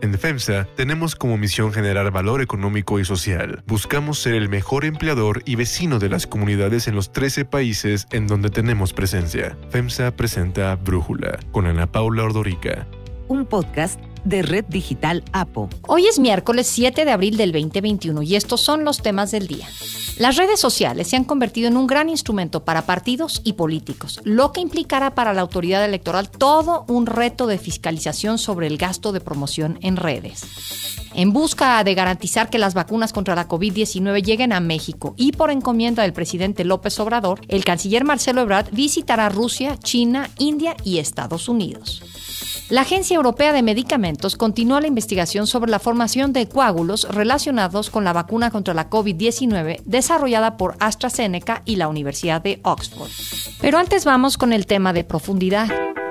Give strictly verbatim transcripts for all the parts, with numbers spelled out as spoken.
En FEMSA tenemos como misión generar valor económico y social. Buscamos ser el mejor empleador y vecino de las comunidades en los trece países en donde tenemos presencia. FEMSA presenta Brújula con Ana Paula Ordorica. Un podcast de Red Digital APO. Hoy es miércoles siete de abril del veinte veintiuno y estos son los temas del día. Las redes sociales se han convertido en un gran instrumento para partidos y políticos, lo que implicará para la autoridad electoral todo un reto de fiscalización sobre el gasto de promoción en redes. En busca de garantizar que las vacunas contra la covid diecinueve lleguen a México y por encomienda del presidente López Obrador, el canciller Marcelo Ebrard visitará Rusia, China, India y Estados Unidos. La Agencia Europea de Medicamentos continúa la investigación sobre la formación de coágulos relacionados con la vacuna contra la covid diecinueve desarrollada por AstraZeneca y la Universidad de Oxford. Pero antes vamos con el tema de profundidad.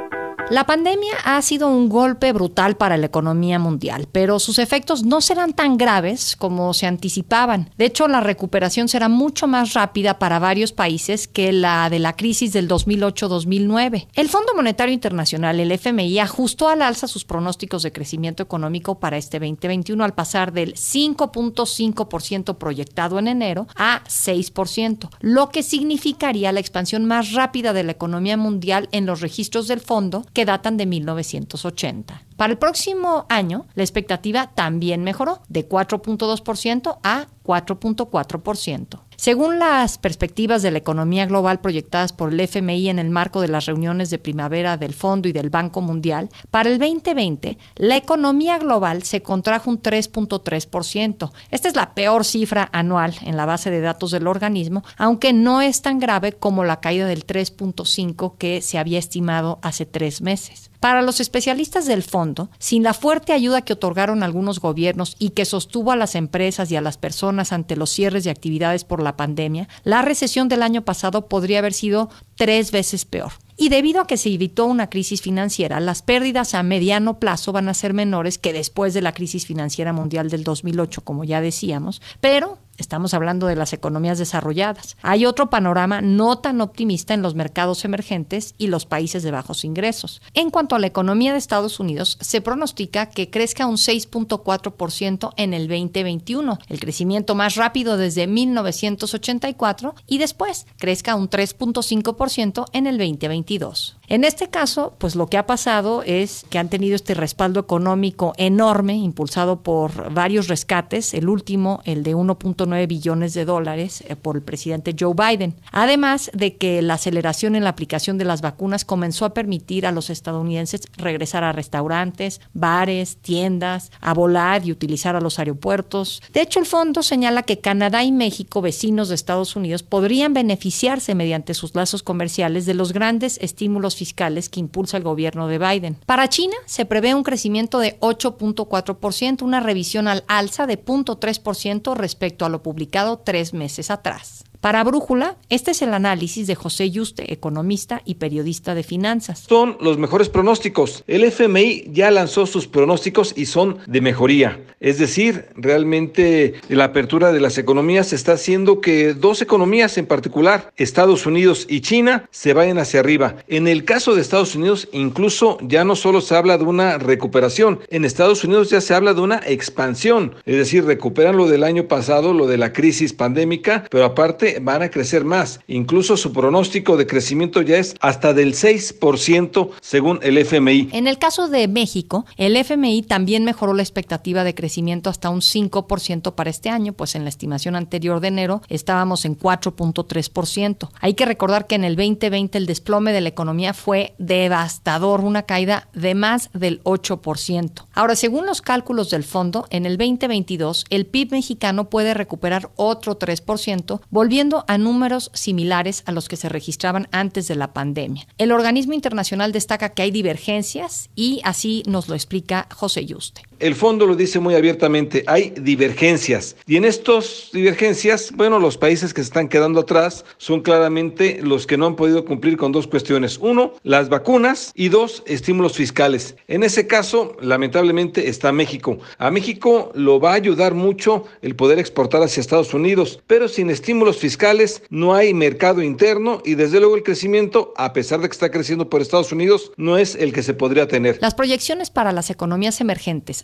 La pandemia ha sido un golpe brutal para la economía mundial, pero sus efectos no serán tan graves como se anticipaban. De hecho, la recuperación será mucho más rápida para varios países que la de la crisis del dos mil ocho dos mil nueve. El Fondo Monetario Internacional, el F M I, ajustó al alza sus pronósticos de crecimiento económico para este veinte veintiuno al pasar del cinco punto cinco por ciento proyectado en enero a seis por ciento, lo que significaría la expansión más rápida de la economía mundial en los registros del fondo, que datan de mil novecientos ochenta. Para el próximo año, la expectativa también mejoró de cuatro punto dos por ciento a cuatro punto cuatro por ciento. Según las perspectivas de la economía global proyectadas por el F M I en el marco de las reuniones de primavera del Fondo y del Banco Mundial, para el veinte veinte, la economía global se contrajo un tres punto tres por ciento. Esta es la peor cifra anual en la base de datos del organismo, aunque no es tan grave como la caída del tres punto cinco por ciento que se había estimado hace tres meses. Para los especialistas del fondo, sin la fuerte ayuda que otorgaron algunos gobiernos y que sostuvo a las empresas y a las personas ante los cierres de actividades por la pandemia, la recesión del año pasado podría haber sido tres veces peor. Y debido a que se evitó una crisis financiera, las pérdidas a mediano plazo van a ser menores que después de la crisis financiera mundial del dos mil ocho, como ya decíamos, pero estamos hablando de las economías desarrolladas. Hay otro panorama no tan optimista en los mercados emergentes y los países de bajos ingresos. En cuanto a la economía de Estados Unidos, se pronostica que crezca un seis punto cuatro por ciento en el veinte veintiuno, el crecimiento más rápido desde mil novecientos ochenta y cuatro, y después crezca un tres punto cinco por ciento en el veinte veintidós. En este caso, pues lo que ha pasado es que han tenido este respaldo económico enorme, impulsado por varios rescates, el último, el de uno punto nueve billones de dólares eh, por el presidente Joe Biden. Además de que la aceleración en la aplicación de las vacunas comenzó a permitir a los estadounidenses regresar a restaurantes, bares, tiendas, a volar y utilizar a los aeropuertos. De hecho, el fondo señala que Canadá y México, vecinos de Estados Unidos, podrían beneficiarse mediante sus lazos comerciales de los grandes estímulos fiscales que impulsa el gobierno de Biden. Para China se prevé un crecimiento de ocho punto cuatro por ciento, una revisión al alza de cero punto tres por ciento respecto a lo publicado tres meses atrás. Para Brújula, este es el análisis de José Yuste, economista y periodista de finanzas. Son los mejores pronósticos. El F M I ya lanzó sus pronósticos y son de mejoría. Es decir, realmente la apertura de las economías está haciendo que dos economías en particular, Estados Unidos y China, se vayan hacia arriba. En el caso de Estados Unidos, incluso ya no solo se habla de una recuperación. En Estados Unidos ya se habla de una expansión. Es decir, recuperan lo del año pasado, lo de la crisis pandémica, pero aparte van a crecer más. Incluso su pronóstico de crecimiento ya es hasta del seis por ciento según el F M I. En el caso de México, el F M I también mejoró la expectativa de crecimiento hasta un cinco por ciento para este año, pues en la estimación anterior de enero estábamos en cuatro punto tres por ciento. Hay que recordar que en el veinte veinte el desplome de la economía fue devastador, una caída de más del ocho por ciento. Ahora, según los cálculos del fondo, en el veinte veintidós el P I B mexicano puede recuperar otro tres por ciento, volviendo a números similares a los que se registraban antes de la pandemia. El organismo internacional destaca que hay divergencias y así nos lo explica José Yuste. El fondo lo dice muy abiertamente, hay divergencias. Y en estas divergencias, bueno, los países que se están quedando atrás son claramente los que no han podido cumplir con dos cuestiones. Uno, las vacunas y dos, estímulos fiscales. En ese caso, lamentablemente, está México. A México lo va a ayudar mucho el poder exportar hacia Estados Unidos, pero sin estímulos fiscales no hay mercado interno y desde luego el crecimiento, a pesar de que está creciendo por Estados Unidos, no es el que se podría tener. Las proyecciones para las economías emergentes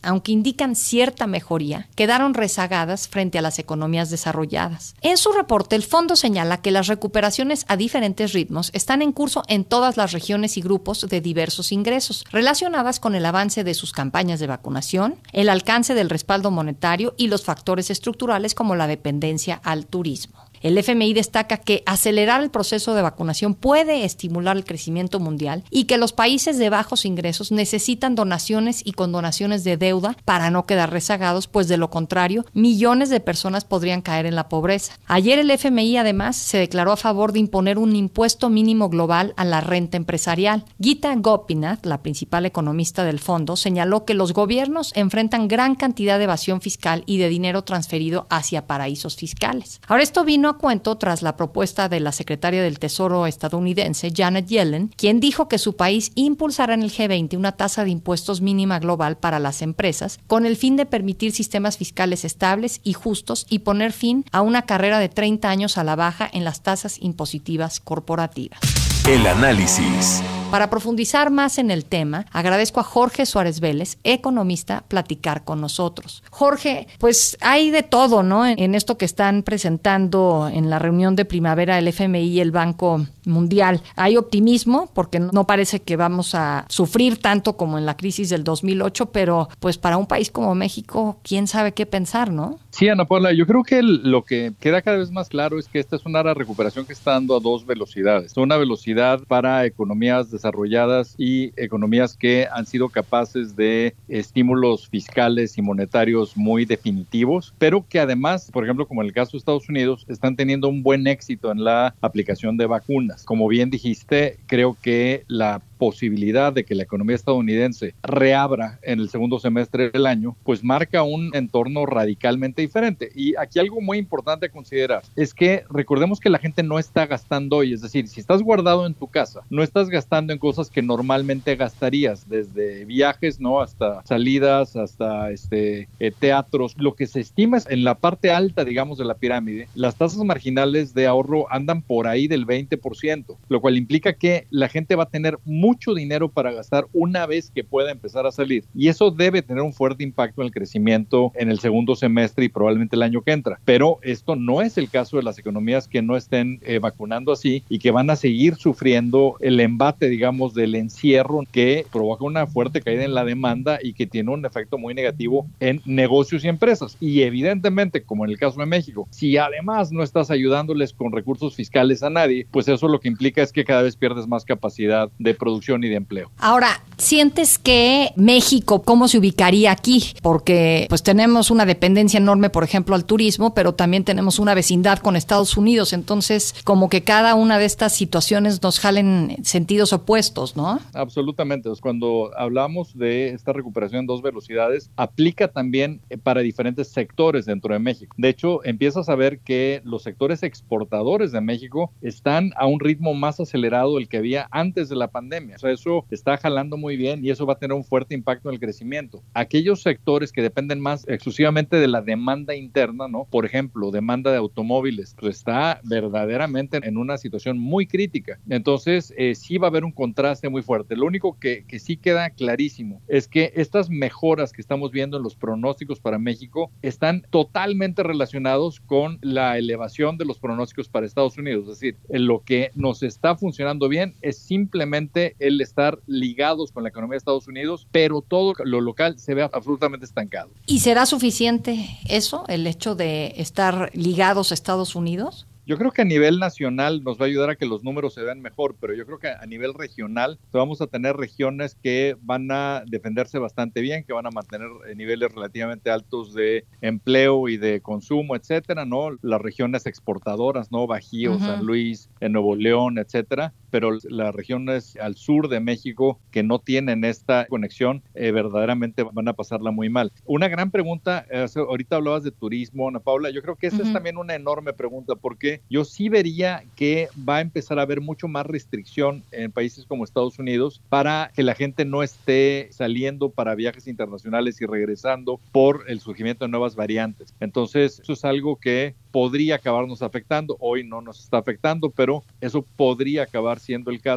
aunque indican cierta mejoría, quedaron rezagadas frente a las economías desarrolladas. En su reporte, el fondo señala que las recuperaciones a diferentes ritmos están en curso en todas las regiones y grupos de diversos ingresos, relacionadas con el avance de sus campañas de vacunación, el alcance del respaldo monetario y los factores estructurales como la dependencia al turismo. El F M I destaca que acelerar el proceso de vacunación puede estimular el crecimiento mundial y que los países de bajos ingresos necesitan donaciones y condonaciones de deuda para no quedar rezagados, pues de lo contrario, millones de personas podrían caer en la pobreza. Ayer el F M I además se declaró a favor de imponer un impuesto mínimo global a la renta empresarial. Geeta Gopinath, la principal economista del fondo, señaló que los gobiernos enfrentan gran cantidad de evasión fiscal y de dinero transferido hacia paraísos fiscales. Ahora, esto vino a cuento tras la propuesta de la secretaria del Tesoro estadounidense, Janet Yellen, quien dijo que su país impulsará en el G veinte una tasa de impuestos mínima global para las empresas con el fin de permitir sistemas fiscales estables y justos y poner fin a una carrera de treinta años a la baja en las tasas impositivas corporativas. El análisis. Para profundizar más en el tema, agradezco a Jorge Suárez Vélez, economista, platicar con nosotros. Jorge, pues hay de todo, ¿no? En esto que están presentando en la reunión de primavera el F M I y el Banco Mundial. Hay optimismo porque no parece que vamos a sufrir tanto como en la crisis del dos mil ocho, pero pues para un país como México, quién sabe qué pensar, ¿no? Sí, Ana Paula, yo creo que el, lo que queda cada vez más claro es que esta es una recuperación que está dando a dos velocidades. Una velocidad para economías desarrolladas y economías que han sido capaces de estímulos fiscales y monetarios muy definitivos, pero que además, por ejemplo, como en el caso de Estados Unidos, están teniendo un buen éxito en la aplicación de vacunas. Como bien dijiste, creo que la posibilidad de que la economía estadounidense reabra en el segundo semestre del año, pues marca un entorno radicalmente diferente. Y aquí algo muy importante a considerar es que recordemos que la gente no está gastando hoy, es decir, si estás guardado en tu casa, no estás gastando en cosas que normalmente gastarías, desde viajes, ¿no? Hasta salidas, hasta este, eh, teatros. Lo que se estima es en la parte alta, digamos, de la pirámide, las tasas marginales de ahorro andan por ahí del veinte por ciento, lo cual implica que la gente va a tener mucho dinero para gastar una vez que pueda empezar a salir. Y eso debe tener un fuerte impacto en el crecimiento en el segundo semestre y probablemente el año que entra. Pero esto no es el caso de las economías que no estén eh, vacunando así y que van a seguir sufriendo el embate, digamos, del encierro que provoca una fuerte caída en la demanda y que tiene un efecto muy negativo en negocios y empresas. Y evidentemente, como en el caso de México, si además no estás ayudándoles con recursos fiscales a nadie, pues eso lo que implica es que cada vez pierdes más capacidad de producción y de empleo. Ahora, ¿sientes que México, cómo se ubicaría aquí? Porque pues tenemos una dependencia enorme, por ejemplo, al turismo, pero también tenemos una vecindad con Estados Unidos, entonces como que cada una de estas situaciones nos jalen sentidos opuestos, ¿no? Absolutamente. Cuando hablamos de esta recuperación en dos velocidades, aplica también para diferentes sectores dentro de México. De hecho, empiezas a ver que los sectores exportadores de México están a un ritmo más acelerado del que había antes de la pandemia. O sea, eso está jalando muy bien y eso va a tener un fuerte impacto en el crecimiento. Aquellos sectores que dependen más exclusivamente de la demanda interna, ¿no? Por ejemplo, demanda de automóviles, pues está verdaderamente en una situación muy crítica. Entonces, eh, sí va a haber un contraste muy fuerte. Lo único que, que sí queda clarísimo es que estas mejoras que estamos viendo en los pronósticos para México están totalmente relacionados con la elevación de los pronósticos para Estados Unidos. Es decir, en lo que nos está funcionando bien es simplemente el estar ligados con la economía de Estados Unidos, pero todo lo local se ve absolutamente estancado. ¿Y será suficiente eso, el hecho de estar ligados a Estados Unidos? Yo creo que a nivel nacional nos va a ayudar a que los números se vean mejor, pero yo creo que a nivel regional vamos a tener regiones que van a defenderse bastante bien, que van a mantener niveles relativamente altos de empleo y de consumo, etcétera, ¿no? Las regiones exportadoras, ¿no? Bajío, uh-huh. San Luis, en Nuevo León, etcétera, pero las regiones al sur de México que no tienen esta conexión eh, verdaderamente van a pasarla muy mal. Una gran pregunta, eh, ahorita hablabas de turismo, Ana Paula, yo creo que esa uh-huh. es también una enorme pregunta, porque yo sí vería que va a empezar a haber mucho más restricción en países como Estados Unidos para que la gente no esté saliendo para viajes internacionales y regresando por el surgimiento de nuevas variantes. Entonces, eso es algo que podría acabarnos afectando. Hoy no nos está afectando, pero eso podría acabar siendo el caso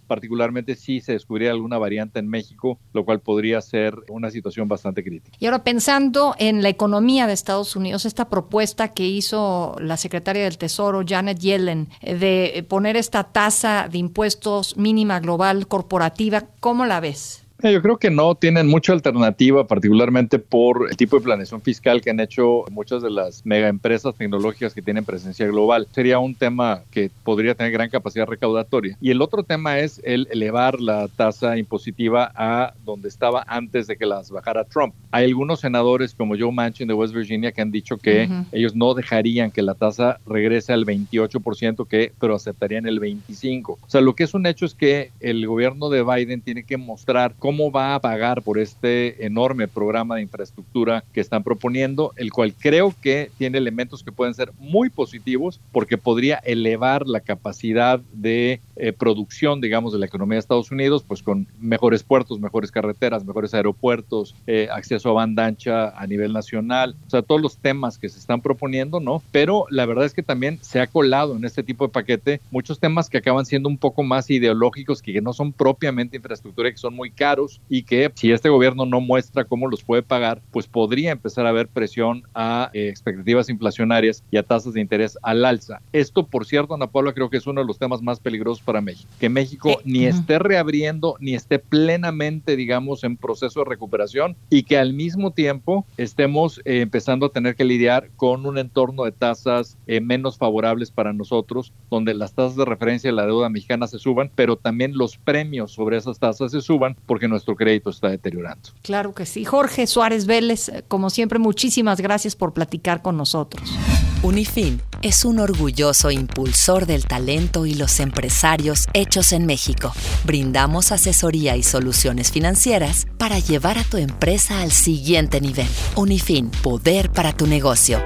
particularmente si se descubriera alguna variante en México, lo cual podría ser una situación bastante crítica. Y ahora, pensando en la economía de Estados Unidos, esta propuesta que hizo la secretaria del Tesoro, Janet Yellen, de poner esta tasa de impuestos mínima global corporativa, ¿cómo la ves? Yo creo que no tienen mucha alternativa, particularmente por el tipo de planeación fiscal que han hecho muchas de las megaempresas tecnológicas que tienen presencia global. Sería un tema que podría tener gran capacidad recaudatoria. Y el otro tema es el elevar la tasa impositiva a donde estaba antes de que las bajara Trump. Hay algunos senadores como Joe Manchin de West Virginia que han dicho que uh-huh. ellos no dejarían que la tasa regrese al veintiocho por ciento, que, pero aceptarían el veinticinco por ciento. O sea, lo que es un hecho es que el gobierno de Biden tiene que mostrar cómo va a pagar por este enorme programa de infraestructura que están proponiendo, el cual creo que tiene elementos que pueden ser muy positivos porque podría elevar la capacidad de eh, producción, digamos, de la economía de Estados Unidos, pues con mejores puertos, mejores carreteras, mejores aeropuertos, eh, acceso a banda ancha a nivel nacional, o sea, todos los temas que se están proponiendo, ¿no? Pero la verdad es que también se ha colado en este tipo de paquete muchos temas que acaban siendo un poco más ideológicos, que no son propiamente infraestructura, que son muy caros y que si este gobierno no muestra cómo los puede pagar, pues podría empezar a haber presión a eh, expectativas inflacionarias y a tasas de interés al alza. Esto, por cierto, Ana Paula, creo que es uno de los temas más peligrosos para México. Que México eh, ni uh-huh. esté reabriendo, ni esté plenamente, digamos, en proceso de recuperación y que al mismo tiempo estemos eh, empezando a tener que lidiar con un entorno de tasas eh, menos favorables para nosotros, donde las tasas de referencia de la deuda mexicana se suban, pero también los premios sobre esas tasas se suban porque nuestro crédito está deteriorando. Claro que sí. Jorge Suárez Vélez, como siempre, muchísimas gracias por platicar con nosotros. Unifin es un orgulloso impulsor del talento y los empresarios hechos en México. Brindamos asesoría y soluciones financieras para llevar a tu empresa al siguiente nivel. Unifin, poder para tu negocio.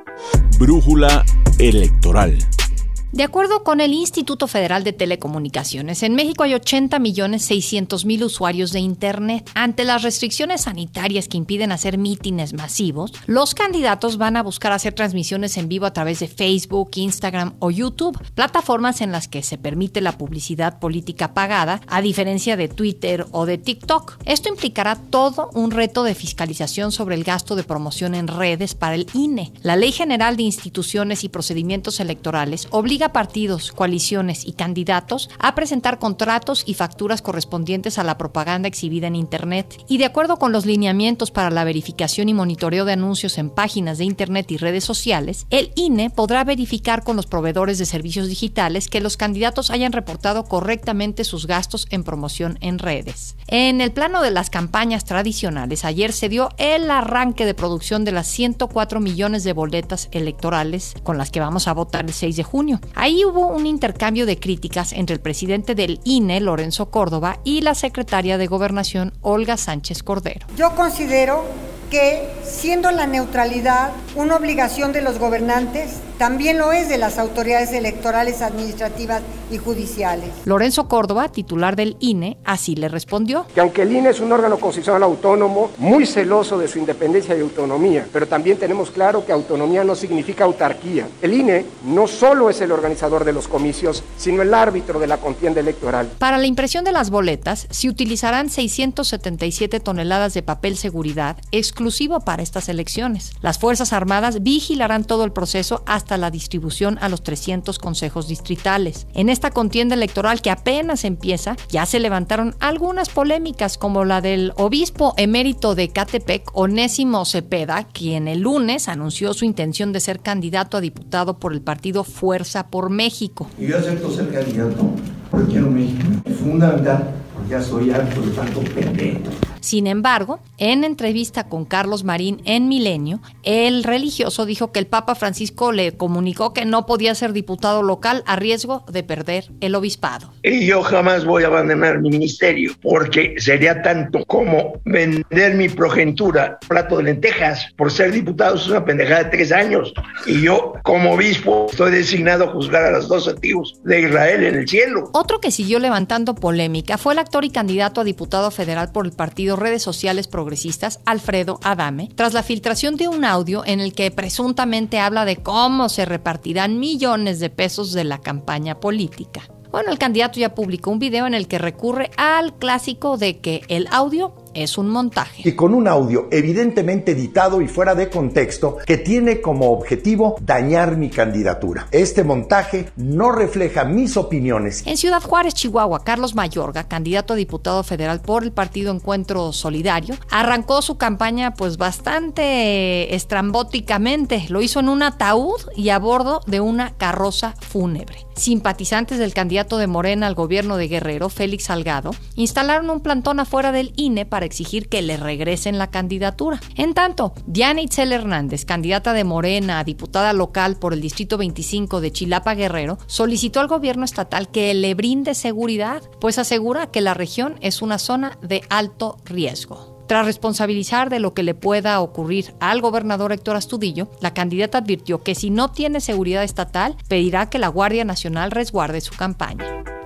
Brújula electoral. De acuerdo con el Instituto Federal de Telecomunicaciones, en México hay ochenta millones seiscientos mil usuarios de Internet. Ante las restricciones sanitarias que impiden hacer mítines masivos, los candidatos van a buscar hacer transmisiones en vivo a través de Facebook, Instagram o YouTube, plataformas en las que se permite la publicidad política pagada, a diferencia de Twitter o de TikTok. Esto implicará todo un reto de fiscalización sobre el gasto de promoción en redes para el I N E. La Ley General de Instituciones y Procedimientos Electorales obliga a partidos, coaliciones y candidatos a presentar contratos y facturas correspondientes a la propaganda exhibida en Internet. Y de acuerdo con los lineamientos para la verificación y monitoreo de anuncios en páginas de Internet y redes sociales, el I N E podrá verificar con los proveedores de servicios digitales que los candidatos hayan reportado correctamente sus gastos en promoción en redes. En el plano de las campañas tradicionales, ayer se dio el arranque de producción de las ciento cuatro millones de boletas electorales con las que vamos a votar el seis de junio. Ahí hubo un intercambio de críticas entre el presidente del I N E, Lorenzo Córdoba, y la secretaria de Gobernación, Olga Sánchez Cordero. Yo considero que, siendo la neutralidad una obligación de los gobernantes, también lo es de las autoridades electorales, administrativas y judiciales. Lorenzo Córdoba, titular del I N E, así le respondió. Que aunque el I N E es un órgano constitucional autónomo, muy celoso de su independencia y autonomía, pero también tenemos claro que autonomía no significa autarquía. El I N E no solo es el organizador de los comicios, sino el árbitro de la contienda electoral. Para la impresión de las boletas, se utilizarán seiscientas setenta y siete toneladas de papel seguridad exclusivo para estas elecciones. Las Fuerzas Armadas vigilarán todo el proceso hasta la distribución a los trescientos consejos distritales. En esta contienda electoral que apenas empieza, ya se levantaron algunas polémicas, como la del obispo emérito de Ecatepec, Onésimo Cepeda, quien el lunes anunció su intención de ser candidato a diputado por el partido Fuerza por México. Y yo acepto ser candidato porque quiero México. Es fundamental, porque ya soy harto de tanto pendejo. Sin embargo, en entrevista con Carlos Marín en Milenio, el religioso dijo que el Papa Francisco le comunicó que no podía ser diputado local a riesgo de perder el obispado. Y yo jamás voy a abandonar mi ministerio, porque sería tanto como vender mi progenitura, plato de lentejas, por ser diputado. Es una pendejada de tres años. Y yo, como obispo, estoy designado a juzgar a los dos antiguos de Israel en el cielo. Otro que siguió levantando polémica fue el actor y candidato a diputado federal por el partido Redes Sociales Progresistas, Alfredo Adame, tras la filtración de un audio en el que presuntamente habla de cómo se repartirán millones de pesos de la campaña política. Bueno, el candidato ya publicó un video en el que recurre al clásico de que el audio es un montaje. Y con un audio evidentemente editado y fuera de contexto que tiene como objetivo dañar mi candidatura. Este montaje no refleja mis opiniones. En Ciudad Juárez, Chihuahua, Carlos Mayorga, candidato a diputado federal por el partido Encuentro Solidario, arrancó su campaña pues bastante estrambóticamente. Lo hizo en un ataúd y a bordo de una carroza fúnebre. Simpatizantes del candidato de Morena al gobierno de Guerrero, Félix Salgado, instalaron un plantón afuera del I N E para exigir que le regresen la candidatura. En tanto, Diana Itzel Hernández, candidata de Morena a diputada local por el Distrito veinticinco de Chilapa, Guerrero, solicitó al gobierno estatal que le brinde seguridad, pues asegura que la región es una zona de alto riesgo. Tras responsabilizar de lo que le pueda ocurrir al gobernador Héctor Astudillo, la candidata advirtió que si no tiene seguridad estatal, pedirá que la Guardia Nacional resguarde su campaña.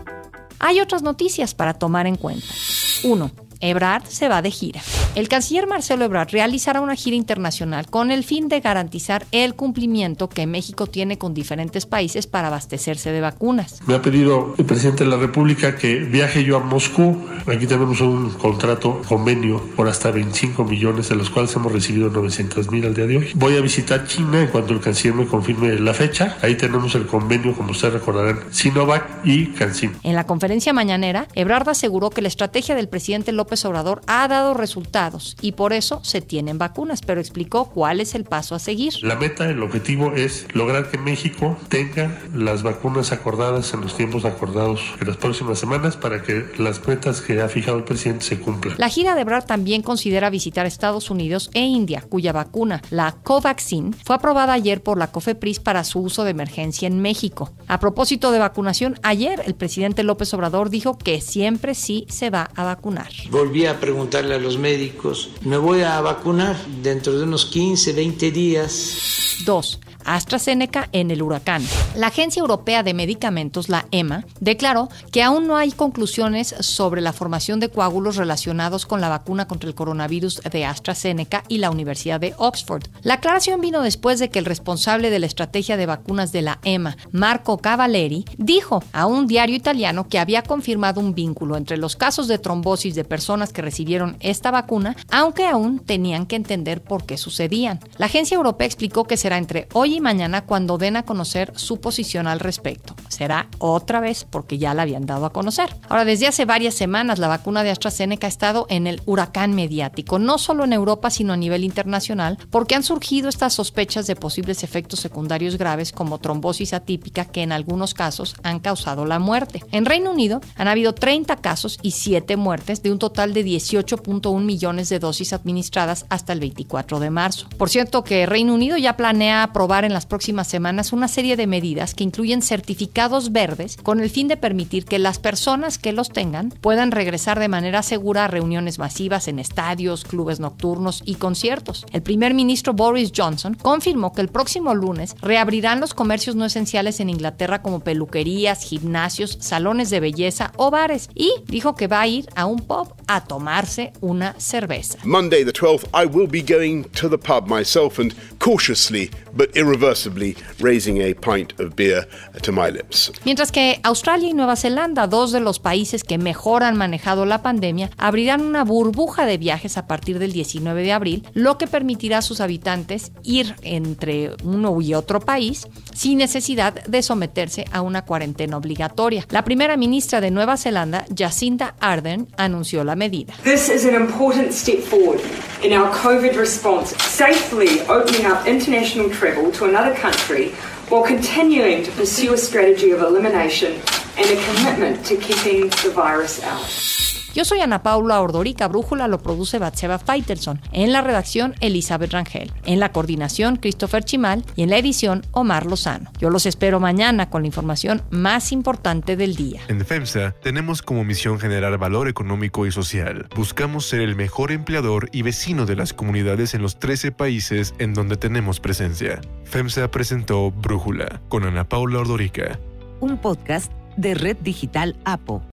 Hay otras noticias para tomar en cuenta. uno. Ebrard se va de gira. El canciller Marcelo Ebrard realizará una gira internacional con el fin de garantizar el cumplimiento que México tiene con diferentes países para abastecerse de vacunas. Me ha pedido el presidente de la República que viaje yo a Moscú. Aquí tenemos un contrato, convenio por hasta veinticinco millones, de los cuales hemos recibido novecientos mil al día de hoy. Voy a visitar China en cuanto el canciller me confirme la fecha. Ahí tenemos el convenio, como ustedes recordarán, Sinovac y CanSino. En la conferencia mañanera, Ebrard aseguró que la estrategia del presidente López Obrador ha dado resultados y por eso se tienen vacunas, pero explicó cuál es el paso a seguir. La meta, el objetivo es lograr que México tenga las vacunas acordadas en los tiempos acordados en las próximas semanas para que las metas que ha fijado el presidente se cumplan. La gira de Ebrard también considera visitar Estados Unidos e India, cuya vacuna, la Covaxin, fue aprobada ayer por la COFEPRIS para su uso de emergencia en México. A propósito de vacunación, ayer el presidente López Obrador dijo que siempre sí se va a vacunar. Volví a preguntarle a los médicos, me voy a vacunar dentro de unos quince, veinte días. dos. AstraZeneca en el huracán. La Agencia Europea de Medicamentos, la E M A, declaró que aún no hay conclusiones sobre la formación de coágulos relacionados con la vacuna contra el coronavirus de AstraZeneca y la Universidad de Oxford. La aclaración vino después de que el responsable de la estrategia de vacunas de la E M A, Marco Cavalleri, dijo a un diario italiano que había confirmado un vínculo entre los casos de trombosis de personas que recibieron esta vacuna, aunque aún tenían que entender por qué sucedían. La agencia europea explicó que será entre hoy y mañana cuando den a conocer su posición al respecto. Será otra vez porque ya la habían dado a conocer. Ahora, desde hace varias semanas la vacuna de AstraZeneca ha estado en el huracán mediático, no solo en Europa sino a nivel internacional, porque han surgido estas sospechas de posibles efectos secundarios graves como trombosis atípica que en algunos casos han causado la muerte. En Reino Unido han habido treinta casos y siete muertes de un total de dieciocho punto uno millones de dosis administradas hasta el veinticuatro de marzo. Por cierto que Reino Unido ya planea aprobar en las próximas semanas una serie de medidas que incluyen certificados verdes con el fin de permitir que las personas que los tengan puedan regresar de manera segura a reuniones masivas en estadios, clubes nocturnos y conciertos. El primer ministro Boris Johnson confirmó que el próximo lunes reabrirán los comercios no esenciales en Inglaterra como peluquerías, gimnasios, salones de belleza o bares y dijo que va a ir a un pub a tomarse una cerveza. Monday the twelfth, I will be going to the pub myself and cautiously but irreversibly raising a pint of beer to my lips. Mientras que Australia y Nueva Zelanda, dos de los países que mejor han manejado la pandemia, abrirán una burbuja de viajes a partir del diecinueve de abril, lo que permitirá a sus habitantes ir entre uno y otro país sin necesidad de someterse a una cuarentena obligatoria. La primera ministra de Nueva Zelanda, Jacinda Ardern, anunció la medida. This is an important step forward in our COVID response, safely opening up international travel to another country while continuing to pursue a strategy of elimination and a commitment to keeping the virus out. Yo soy Ana Paula Ordorica. Brújula lo produce Batseba Faitelson. En la redacción, Elizabeth Rangel. En la coordinación, Christopher Chimal. Y en la edición, Omar Lozano. Yo los espero mañana con la información más importante del día. En FEMSA tenemos como misión generar valor económico y social. Buscamos ser el mejor empleador y vecino de las comunidades en los trece países en donde tenemos presencia. FEMSA presentó Brújula con Ana Paula Ordorica. Un podcast de Red Digital Apo.